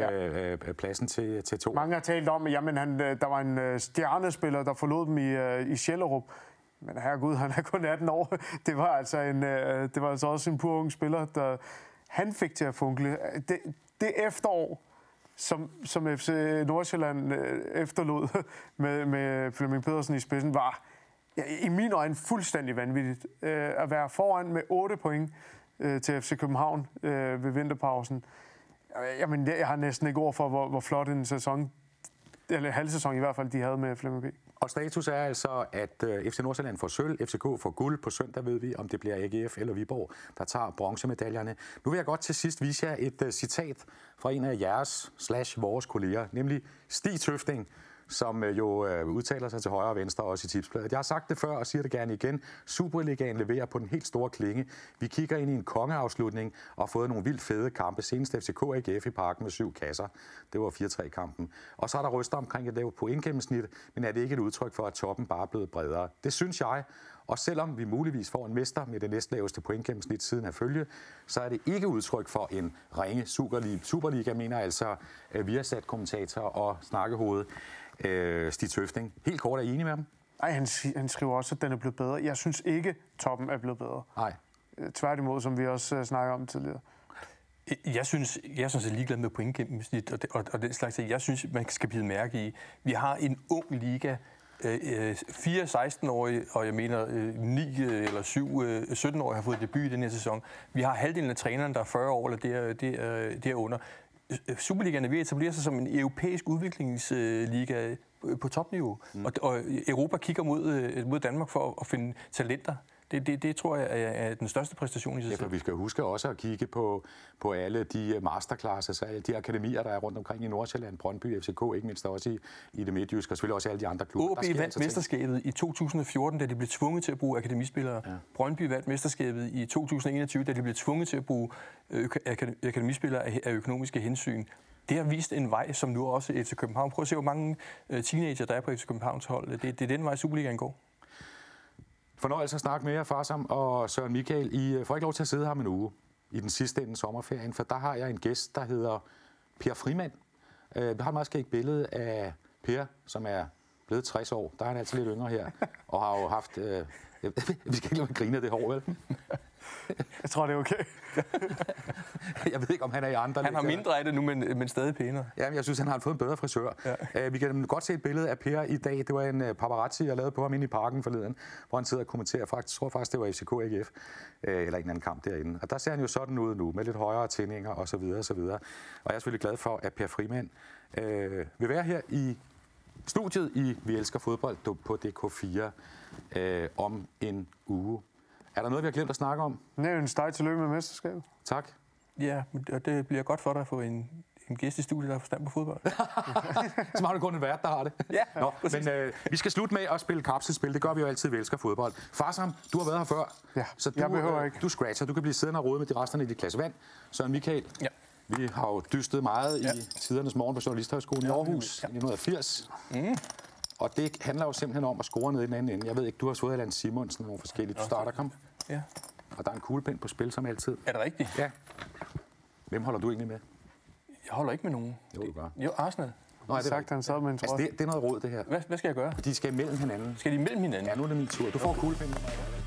pladsen til 2. Mange har talt om, at der var en stjernespiller, der forlod dem i Sjællerup. Men herregud, han er kun 18 år. Det var altså også en pur ung spiller, der han fik til at funkle. Det efterår, som FC Nordsjælland efterlod med Flemming Pedersen i spidsen, var i mine øjne fuldstændig vanvittigt. At være foran med 8 point til FC København ved vinterpausen. Jamen, jeg har næsten ikke ord for, hvor flot en sæson, eller halvsæson i hvert fald, de havde med Flemming P. Og status er altså, at FC Nordsjælland får sølv, FCK får guld. På søndag ved vi, om det bliver AGF eller Viborg, der tager bronzemedaljerne. Nu vil jeg godt til sidst vise jer et citat fra en af jeres/vores kolleger, nemlig Stig Tøfting, som jo udtaler sig til højre og venstre også i tipsbladet. Jeg har sagt det før og siger det gerne igen. Superligaen leverer på den helt store klinge. Vi kigger ind i en kongeafslutning og har fået nogle vildt fede kampe. Senest FCK og AGF i Parken med 7 kasser. Det var 4-3-kampen. Og så er der ryster omkring et lavt pointgennemsnit, men er det ikke et udtryk for, at toppen bare er blevet bredere? Det synes jeg. Og selvom vi muligvis får en mester med det næstlaveste pointgennemsnit siden af følge, så er det ikke udtryk for en ringe Superliga, mener altså Viasat-kommentator og snakkehoved Stig Tøfting. Helt kort, er I enige med ham? Nej, han skriver også, at den er blevet bedre. Jeg synes ikke, toppen er blevet bedre. Nej. Tværtimod, som vi også snakker om tidligere. Jeg synes, jeg er ligeglad med pointgennemsnit og den slags. Jeg synes, man skal blive mærke i. Vi har en ung liga, 4 16-årige, og jeg mener 9 eller 7 17-årige har fået debut i den her sæson. Vi har halvdelen af trænerne, der er 40 år eller derunder. Superligaen er ved at etablere sig som en europæisk udviklingsliga på topniveau. Og Europa kigger mod Danmark for at finde talenter. Det tror jeg er den største præstation i sig selv. Ja, for vi skal huske også at kigge på alle de masterclasses, alle de akademier, der er rundt omkring i Nordsjælland, Brøndby, FCK, ikke mindst også i det midtjyske, og selvfølgelig også alle de andre klubber. OB vandt mesterskabet i 2014, da de blev tvunget til at bruge akademispillere. Ja. Brøndby vandt mesterskabet i 2021, da de blev tvunget til at bruge akademispillere af økonomiske hensyn. Det har vist en vej, som nu også FC København. Prøv at se, hvor mange teenager der er på FC Københavns hold. Det er den vej, Superligaen går. Fornøjelse at snakke med jer, Farsam og Søren Michael. I får ikke lov til at sidde her om en uge i den sidste ende sommerferien, for der har jeg en gæst, der hedder Per Frimand. Vi har et meget skægt billede af Per, som er blevet 60 år. Der er han altid lidt yngre her, og har jo haft... vi skal ikke lade mig grine af det hår, vel? Jeg tror, det er okay. Jeg ved ikke, om han er i andre. Han har mindre af det nu, men stadig pænere. Ja, jeg synes, han har fået en bedre frisør. Ja. Vi kan godt se et billede af Per i dag. Det var en paparazzi, jeg lavede på ham inde i parken forleden, hvor han sidder og kommenterer. Jeg tror faktisk, det var FCK AGF, eller en eller anden kamp derinde. Og der ser han jo sådan ud nu, med lidt højere tændinger osv. osv. Og jeg er selvfølgelig glad for, at Per Frimann vil være her i studiet i Vi Elsker Fodbold på DK4 om en uge. Er der noget, vi har glemt at snakke om? Nævn dig tillykke med mesterskabet. Tak. Ja, og det bliver godt for dig at få en gæst i studiet, der har forstand på fodbold. Så har du kun en vært, der har det. Ja, nå, men vi skal slutte med at spille kapselspil. Det gør vi jo altid, vi elsker fodbold. Farsam, du har været her før. Ja, så jeg behøver ikke. Du scratcher. Du kan blive siddende og rode med de resterne i dit glas vand. Søren Michael, vi har jo dystet meget i tidernes morgen på Journalisthøjskolen i Aarhus i 1980. Og det handler jo simpelthen om at score ned i den anden ende. Jeg ved ikke, du har fået Allan Simonsen og nogle forskellige. Du starter kamp. Ja. Og der er en kuglepind på spil, som altid. Er det rigtigt? Ja. Hvem holder du egentlig med? Jeg holder ikke med nogen. Jo, du gør. Jo, Arsenal. Nå, er det sagt, han sad med en trøje. Altså, det er noget råd, det her. Hvad skal jeg gøre? De skal imellem hinanden. Skal de mellem hinanden? Ja, nu er det min tur. Du får kuglepinden.